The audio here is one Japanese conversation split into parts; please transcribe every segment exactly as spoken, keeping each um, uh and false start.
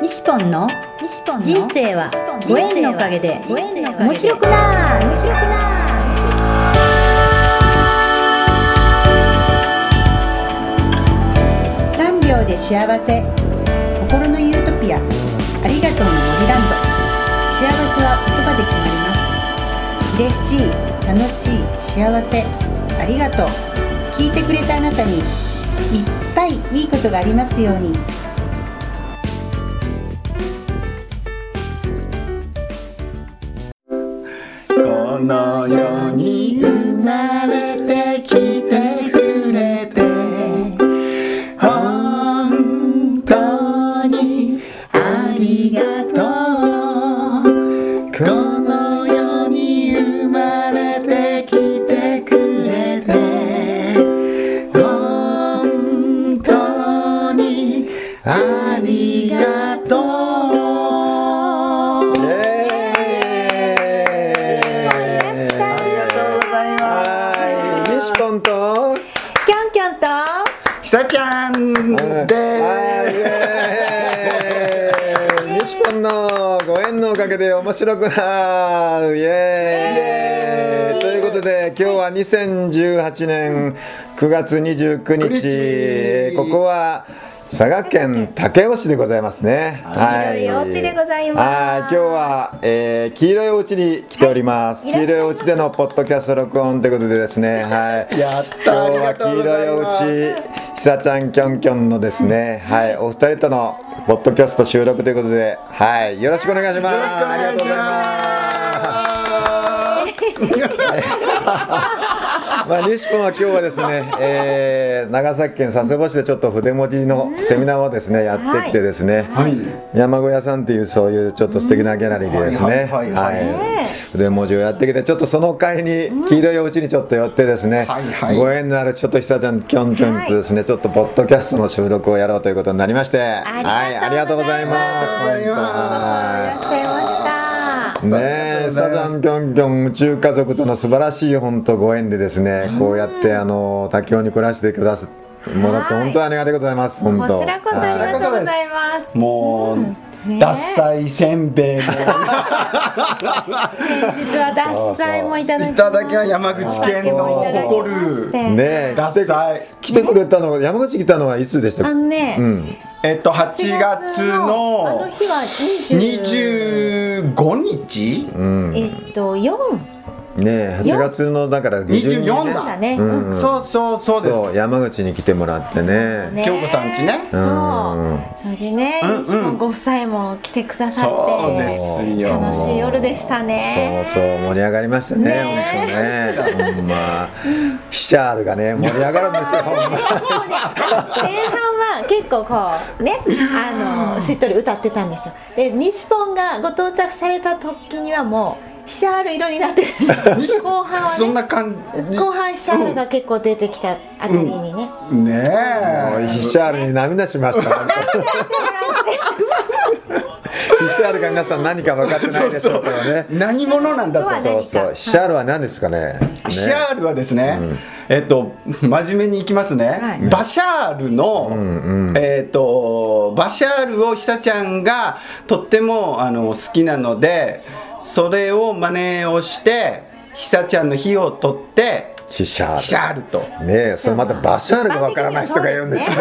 西ポンの人生はご縁のおかげで面白くなー面白くなーさんびょうで幸せ、心のユートピア、ありがとうの森ランド。幸せは言葉で決まります。嬉しい、楽しい、幸せ、ありがとう。聞いてくれたあなたにいっぱいいいことがありますように。 この世に生まれてきてくれて本当にありがとう。この世に生まれてきてくれて本当にありがとう。ひさちゃんでーす。西ポンのご縁のおかげで面白くなる。イエーイ。ということで今日はにせんじゅうはちねんくがつにじゅうくにち、ここは佐賀県武雄市でございますね。 はい、黄色いお家でございます。 はい、今日は、えー、黄色いお家に来ております。はい、黄色いお家でのポッドキャスト録音ということでですね、はい、 やった今日は黄色いお家、ひさちゃんきょんきょんのですね、はい、お二人とのポッドキャスト収録ということで、はい、よろしくお願いします。 よろしくお願いします。ありがとうございます。 まあ、西ポンは今日はですね、えー、長崎県佐世保市でちょっと筆文字のセミナーをですねやってきてですね、はい、山小屋さんっていうそういうちょっと素敵なギャラリーでですね、筆文字をやってきて、ちょっとその会に黄色いお家にちょっと寄ってですね、はいはい、ご縁のあるちょっとひさちゃんきょんきょんとですね、はい、ちょっとポッドキャストの収録をやろうということになりまして、はい、ありがとうございます。 ありがとうございます。いらっしゃいました。 ねえ、ひさちゃんきょんきょん宇宙家族との素晴らしい本当ご縁でですね、こうやってあの武雄に暮らしてくださもらって本当にありがとうございます。本当。 こちらこそありがとうございます。 もう、うんね、獺祭せんべいも先日は獺祭もいただきいただきは山口県の誇るね獺祭来てくれたのが山口来たのはいつでしたっけ？ あのね、 うん、 えっとはちがつのあの日はにじゅうごにち、 うん、 えっとよんね、はちがつのだからにじゅうよんだね、うんうん、そうそうそうです。 そう山口に来てもらってね、 京子さん家ね、 そう、うん、それでね、うんうん、西ポンご夫妻も来てくださって、 そうですよ、 楽しい夜でしたね。 そうそう盛り上がりましたね、ね本当ね、ほんまヒシャールがね盛り上がるんですよほんまもうね、前半は結構こうね、あのしっとり歌ってたんですよ。で西ポンがご到着された時にはもうヒシャール色になって後半は、ね、 そんな感じ、 後半ヒシャールが結構出てきたあたりにね、 うん、ねえヒシャールに涙しました涙してもらってヒシャールが皆さん何か分かってないでしょうからね。そうそう、 何者なんだと。 そうそう、ヒシャールは何ですかね。ね、 ヒシャールはですね、うん、えっと真面目にいきますね、はい、バシャールの、うんうん、えっとバシャールをひさちゃんがとってもあの好きなので、それを真似をしてひさちゃんの火を取ってヒシャール、 ヒシャールとねえ、それまたバシャールがわからない人がいるんですよ。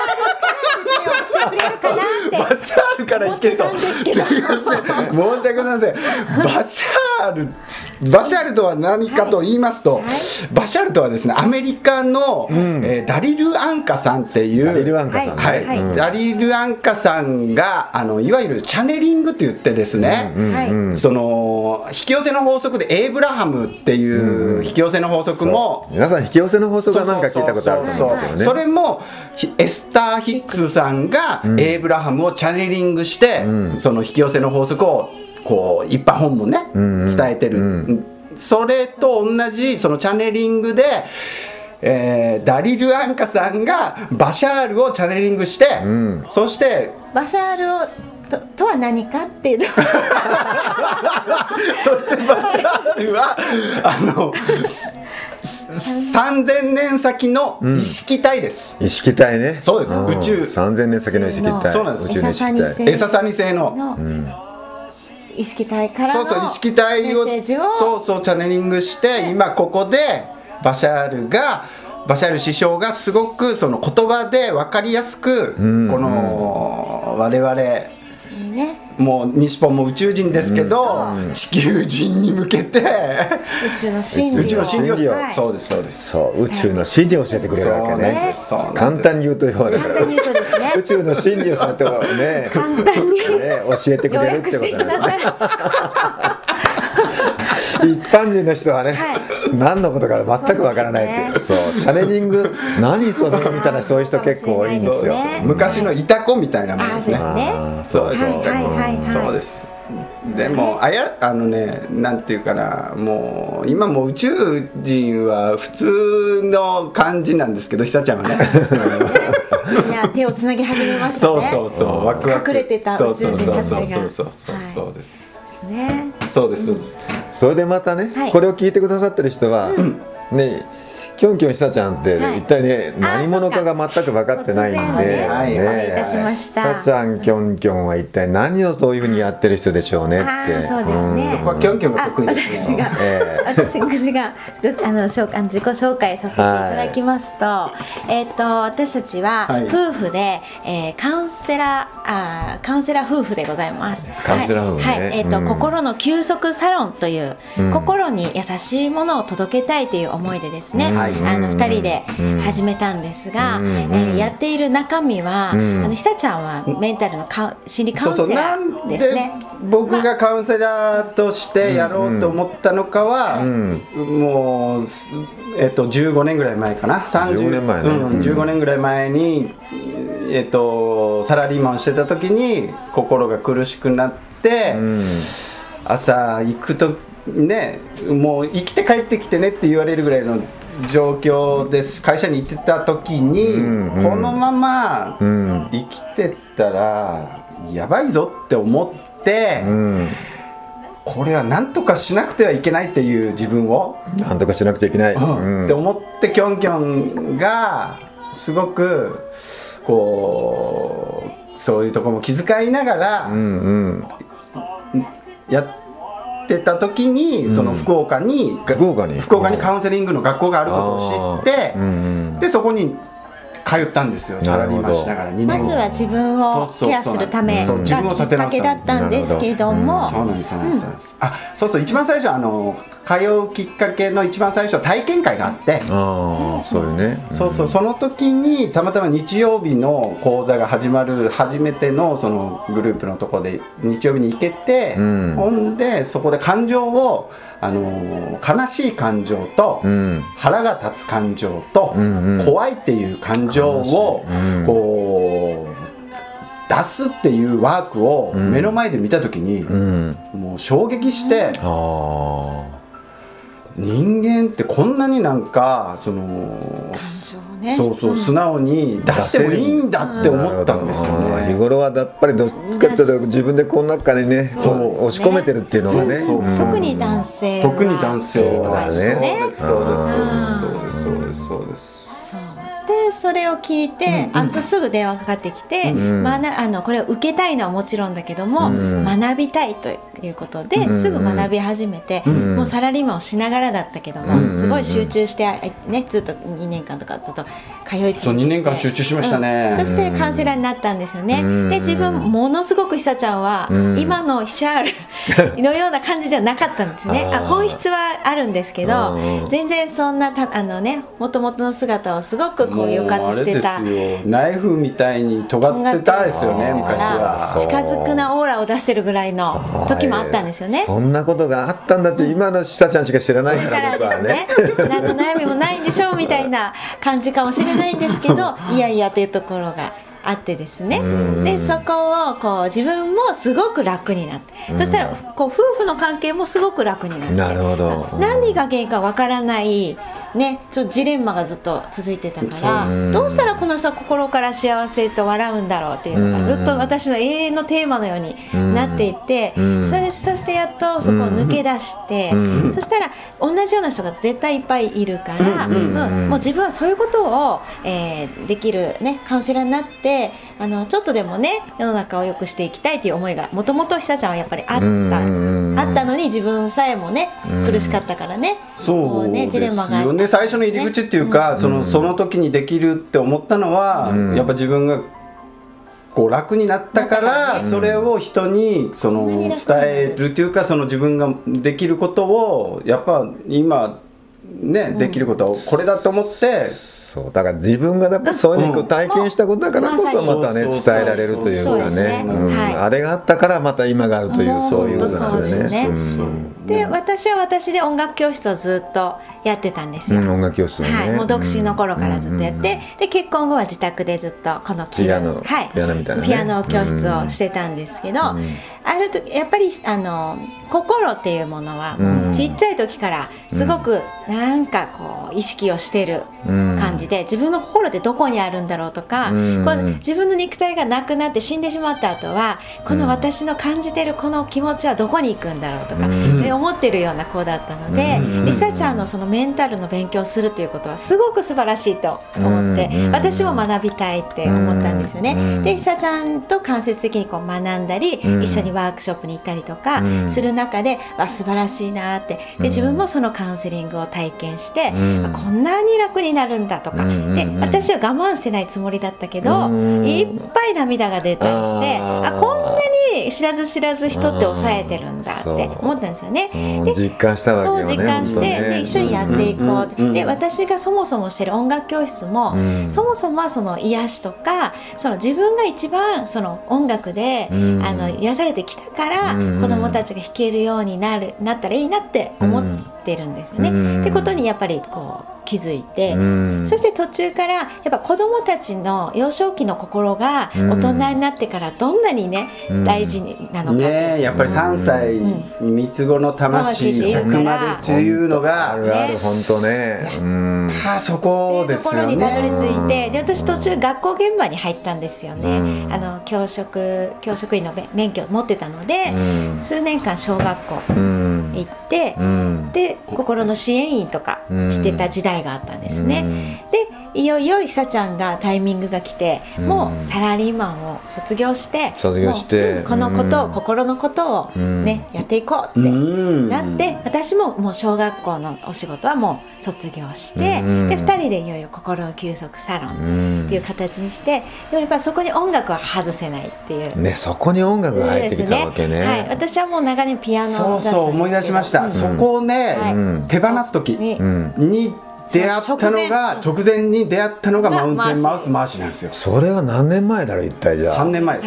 バシャールからいけと、すみません、申し訳ございません。 バシャール、バシャールとは何かと言いますと、はいはい、バシャールとはですね、アメリカの、うん、えー、ダリル・アンカさんっていう、 ダリル・アンカさん、ね、 はいはい、うん、ダリル・アンカさんがあのいわゆるチャネリングと言ってですね、うんうんうん、その引き寄せの法則でエイブラハムっていう引き寄せの法則も、 うん、皆さん引き寄せの法則は何か聞いたことあると思うんですけどね。 それもエスター・ヒックスさんがエイブラハムをチャネリングして、うん、その引き寄せの法則をこういっぱい本もね、うん、伝えてる、うん、それと同じそのチャネリングで、えー、ダリル・アンカさんがバシャールをチャネリングして、うん、そしてバシャールを と, とは何かっていうとそしてバシャールはあのさんぜんねん先の意識体です、 うん、意識体ね。 そうです、宇宙さんぜんねん先の意識体。 そうなんです。 宇宙の意識体、 エササニ星の、 うん、意識体からのそうそう意識体をメッセージをそうそうチャネリングして、今ここでバシャールがバシャール師匠がすごくその言葉で分かりやすく、うん、この我々、ね、もう日本も宇宙人ですけど、うん、地球人に向けて宇宙の真理を、 宇宙の真理を、 はい、 そうですそうです、 そう宇宙の真理を教えてくれるわけね。簡単に言うとようだから、 簡単に言うとですね、 宇宙の真理をそうやってね簡単に、ね、 教えてくれるってことだね。一般人の人はね、はい、何のことか全くわからないっていう、そう、チャネリング何それみたいな、そういう人結構多いんですよ。 昔のイタコみたいなもんですね。 そうですね。 そうです。でもあやあのね、なんていうかな、もう今もう宇宙人は普通の感じなんですけど、ひさちゃんはねみんな手をつなぎ始めましたね。 そうそうそう、ワクワク隠れてた宇宙人たちが、 そうそうそうそうそうです。 ね、 そうですそうです。 それでまたね、 はい、 これを聞いてくださってる人は、うん、ね、きょんきょんひさちゃんって一体ね、はい、何者かが全く分かってないんで、 ね、はい、失礼いたしました。 ひさちゃん、きょんきょんは一体何をどういうふうにやってる人でしょうねって。 そうですね、 そこはきょんきょんが得意ですね。 私が、えー、私私があの自己紹介させていただきますと、はい、えっと私たちは夫婦で、はい、えー、カウンセラーあーカウンセラー夫婦でございます。 カウンセラー夫婦ね。 はい、はい、えっと、うん、心の休息サロンという、うん、心に優しいものを届けたいという思いでですね、うん、あのふたりで始めたんですが、うん、えー、やっている中身は、うん、あのひさちゃんはメンタルのカ心理カウンセラーですね。 そうそう、なんで僕がカウンセラーとしてやろうと思ったのかは、うんうん、もう、えっと、じゅうごねんぐらい前かな、さんじゅうねんまえね、うん、じゅうごねんぐらい前に、えっと、サラリーマンしてた時に心が苦しくなって、うん、朝行くとね、もう生きて帰ってきてねって言われるぐらいの状況です。会社に行ってた時に、うんうん、このまま生きてたらやばいぞって思って、うん、これは何とかしなくてはいけないっていう自分を何とかしなくちゃいけない、うんうん、って思って、きょんきょんがすごくこうそういうところも気遣いながら、うんうん、やってた時に、その福岡に、うん、 福岡に福岡にカウンセリングの学校があることを知って、うんうん、でそこに通ったんですよ。サラリーマンしながらにねん。 まずは自分をケアするためがきっかけだったんですけども、 そうなんですそうなんです、うん、あ、そうそう、一番最初あの通うきっかけの一番最初体験会があって、 ああ、そういうね、 そうそう、その時にたまたま日曜日の講座が始まる初めてのそのグループのところで日曜日に行けて、うん、ほんでそこで感情をあのー、悲しい感情と、うん、腹が立つ感情と、うんうん、怖いっていう感情を、うん、こう出すっていうワークを目の前で見た時に、うん、もう衝撃して、うん、あ、人間ってこんなになんかその感情ね、 そうそう、うん、素直に出してもいいんだって思ったんですよね。 日頃はやっぱりどっちかっていうと自分でこの中にね、そう押し込めてるっていうのがね、 そうそう、うん、特に男性は特に男性はね、 そうですそうですそうですそうです。 でそれを聞いて、うん、明日すぐ電話かかってきて、うん、まあ、あのこれを受けたいのはもちろんだけども、うん、学びたいということで、うん、すぐ学び始めて、うん、もうサラリーマンをしながらだったけども、うん、すごい集中して、ね、ずっとにねんかんとかずっと通い続けて、 そうにねんかん集中しましたね、 うん、そしてカウンセラーになったんですよね、うん、で自分ものすごくひさちゃんは、うん、今のヒシャールのような感じじゃなかったんですね。あ、本質はあるんですけど、全然そんなたあのね、元々の姿をすごくこう抑圧してた、 ナイフみたいに尖ってたですよね、昔は。 近づくなオーラを出してるぐらいの時もあったんですよね。 そんなことがあったんだって、今のひさちゃんしか知らないから僕はね、 何の悩みもないんでしょうみたいな感じかもしれないんですけどいやいやというところがあってですね、でそこをこう自分もすごく楽になって、そしたらこう夫婦の関係もすごく楽になって、 なるほど、 何が原因かわからないね、ちょっとジレンマがずっと続いてたから、どうしたらこの人は心から幸せと笑うんだろうっていうのがずっと私の永遠のテーマのようになっていて、それそしてやっとそこを抜け出して、そしたら同じような人が絶対いっぱいいるから、もう、もう自分はそういうことを、えー、できる、ね、カウンセラーになって、あのちょっとでもね世の中を良くしていきたいという思いがもともとひさちゃんはやっぱりあった、あったのに自分さえもね苦しかったからね、 そうね、ジレンマがあった、 ね、最初の入り口っていうか、ね、その、その時にできるって思ったのは、うん、やっぱ自分がこう楽になったから、ね、それを人にその伝えるというか、その自分ができることをやっぱ今ね、できることはこれだと思って、 そうだから自分がやっぱそういうのを体験したことだからこそまたね伝えられるというかね、あれがあったからまた今があるという、そういうことですよね。 で、私は私で音楽教室をずっとやってたんですよ、 うん、音楽教室をね、 はい、もう独身の頃からずっとやって、うんうんうん、で結婚後は自宅でずっとこのピアノ、はい、ピアノみたいなね、 ピアノ教室をしてたんですけど、うんうん、ある時やっぱりあの心っていうものはもうちっちゃい時からすごくなんかこう意識をしてる感じで、うん、自分の心ってどこにあるんだろうとか、うん、この自分の肉体がなくなって死んでしまった後はこの私の感じてるこの気持ちはどこに行くんだろうとか、うん、思ってるような子だったので、りさちゃんのそのメンタルの勉強をするということはすごく素晴らしいと思って、うん、私も学びたいって思ったんですよね、うん、で、りさちゃんと間接的にこう学んだり、うん、一緒にワークショップに行ったりとかする中で、うん、素晴らしいなって、で自分もそのカウンセリングを体験して、うん、こんなに楽になるんだとか、うん、で私は我慢してないつもりだったけど、うん、いっぱい涙が出たりしてああこんなに知らず知らず人って抑えてるんだって思ったんですよね。 で実感したわけよね。 そう実感して、ね、で一緒にやっていこう、うんうん、で私がそもそもしてる音楽教室も、うん、そもそもはその癒しとかその自分が一番その音楽で、うん、あの癒されてきたから、うん、子どもたちが弾けるようになるなったらいいなって思ってるんですよね、うん、ってことにやっぱりこう気づいて、うん、そして途中からやっぱ子どもたちの幼少期の心が大人になってからどんなにね、うん、大事なのか、 ね、やっぱりさんさい三つ子の魂ひゃくまでというのがあるある本当ね、うん、 あそこですよね。 ところにたどり着いて、で私途中学校現場に入ったんですよね、うん、あの教職教職員の免許を持ってたので、うん、数年間小学校行って、うん、で心の支援員とかしてた時代があったんですね、うん、でいよいよひさちゃんがタイミングが来て、うん、もうサラリーマンを卒業して卒業してこのことを、うん、心のことを、ね、うん、やっていこうってなって、私ももう小学校のお仕事はもう卒業して、うん、でふたりでいよいよ心の休息サロンっていう形にして、でもやっぱりそこに音楽は外せないっていう、 ね、そこに音楽が入ってきたわけね、 はい、私はもう長年ピアノだったんですけど、 そうそう思い出しました、うん、そこをね、はい、手放す時に出会ったのが直前に出会ったのがマウンテンマウスマーシーなんですよ。 それは何年前だろう一体じゃあ。 さんねんまえです。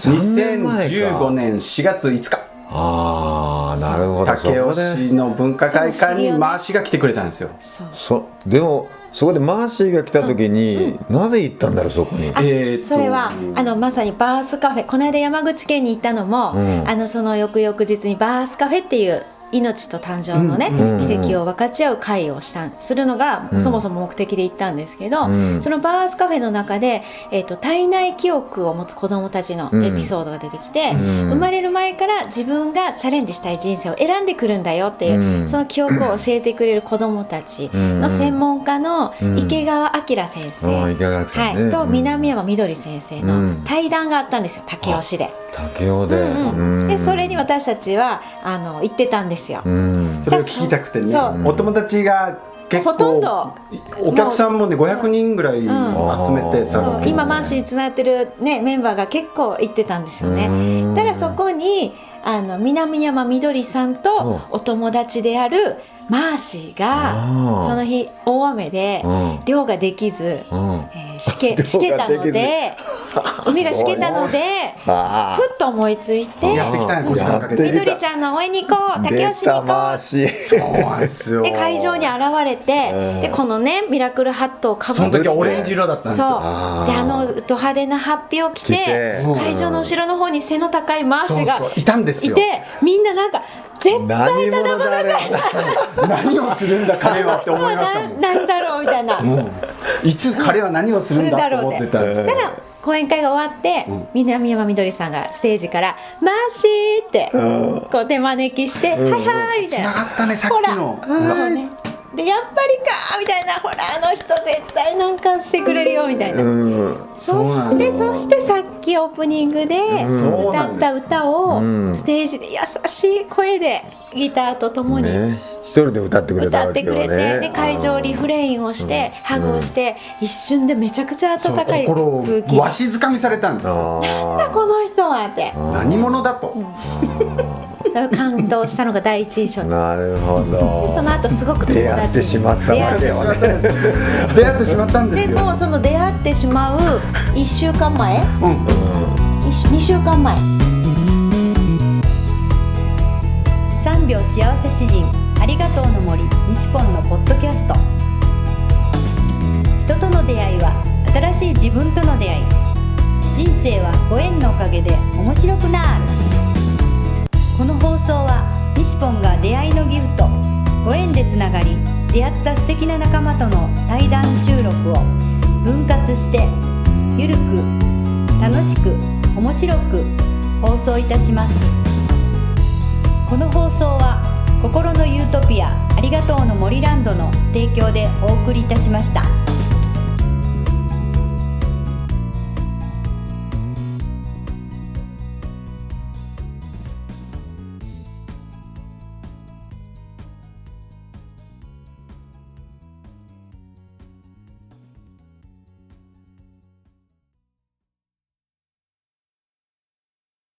にせんじゅうごねんしがついつか。 ああなるほど。 武雄市の文化会館にマーシーが来てくれたんですよ。 そでもそこでマーシーが来た時に、うん、なぜ行ったんだろうそこに。 えー、それはあのまさにバースカフェ、この間山口県に行ったのも、うん、あのその翌々日にバースカフェっていう命と誕生のね、うん、奇跡を分かち合う会をしたするのが、うん、そもそも目的で行ったんですけど、うん、そのバースカフェの中で、えーと、体内記憶を持つ子どもたちのエピソードが出てきて、うん、生まれる前から自分がチャレンジしたい人生を選んでくるんだよっていう、うん、その記憶を教えてくれる子どもたちの専門家の池川明先生、うんうんはい、と南山みどり先生の対談があったんですよ、武雄市で。 武雄で、 うんうん、でそれに私たちはあの行ってたんですよ、うん、 それを聞きたくてね、お友達が結構ほとんどお客さんもねごひゃくにんぐらい集めて、うん、 そう今マーシーにつながってる、ね、メンバーが結構行ってたんですよね。だからそこにあの南山みどりさんとお友達であるマーシーがその日大雨で漁ができず、うんえー、しけ、しけたので海がしけたのでふっと思いついてやってきたんやみどりちゃんの応援に行こう、武雄市に行こうそうで会場に現れて、でこのねミラクルハットをかぶって、 その時はオレンジ色だったんですよ。 そうであのド派手なハッピーを着て会場の後ろの方に背の高いマーシーがそうそういたんですですよ。 いて、みんななんか絶対ただ者じゃない何をするんだ彼はって思いましたもん。 なんだろうみたいな、 もういつ彼は何をするんだと思ってたんです。 そしたら講演会が終わって、うん、南山みどりさんがステージから「マーシー」ってこう手招きして「はいはい」みたいな。 つながったねさっきの。 ほら、そうね。でやっぱりかみたいな、ほらあの人絶対なんかしてくれるよみたいな、うん、そしてそしてさっきオープニングで歌った歌をステージで優しい声でギターとともに、 ね、一人で歌ってくれたわけよね。 歌ってくれて、で会場リフレインをしてハグをして、一瞬でめちゃくちゃ温かい心をわしづかみされたんです。 なんだこの人はって、 何者だと、 感動したのが第一印象。 なるほど。 その後すごく友達出会ってしまったわけよね。 出会ってしまったんですよ。 でもその出会ってしまういっしゅうかんまえ、うん、にしゅうかんまえ、さんびょう幸せ詩人ありがとうの森西ポンのポッドキャスト。人との出会いは新しい自分との出会い。人生はご縁のおかげで面白くなる。この放送は西ポンが出会いのギフト、ご縁でつながり出会った素敵な仲間との対談収録を分割してゆるく楽しく面白く放送いたします。この放送は心のユートピアありがとうの森ランドの提供でお送りいたしました。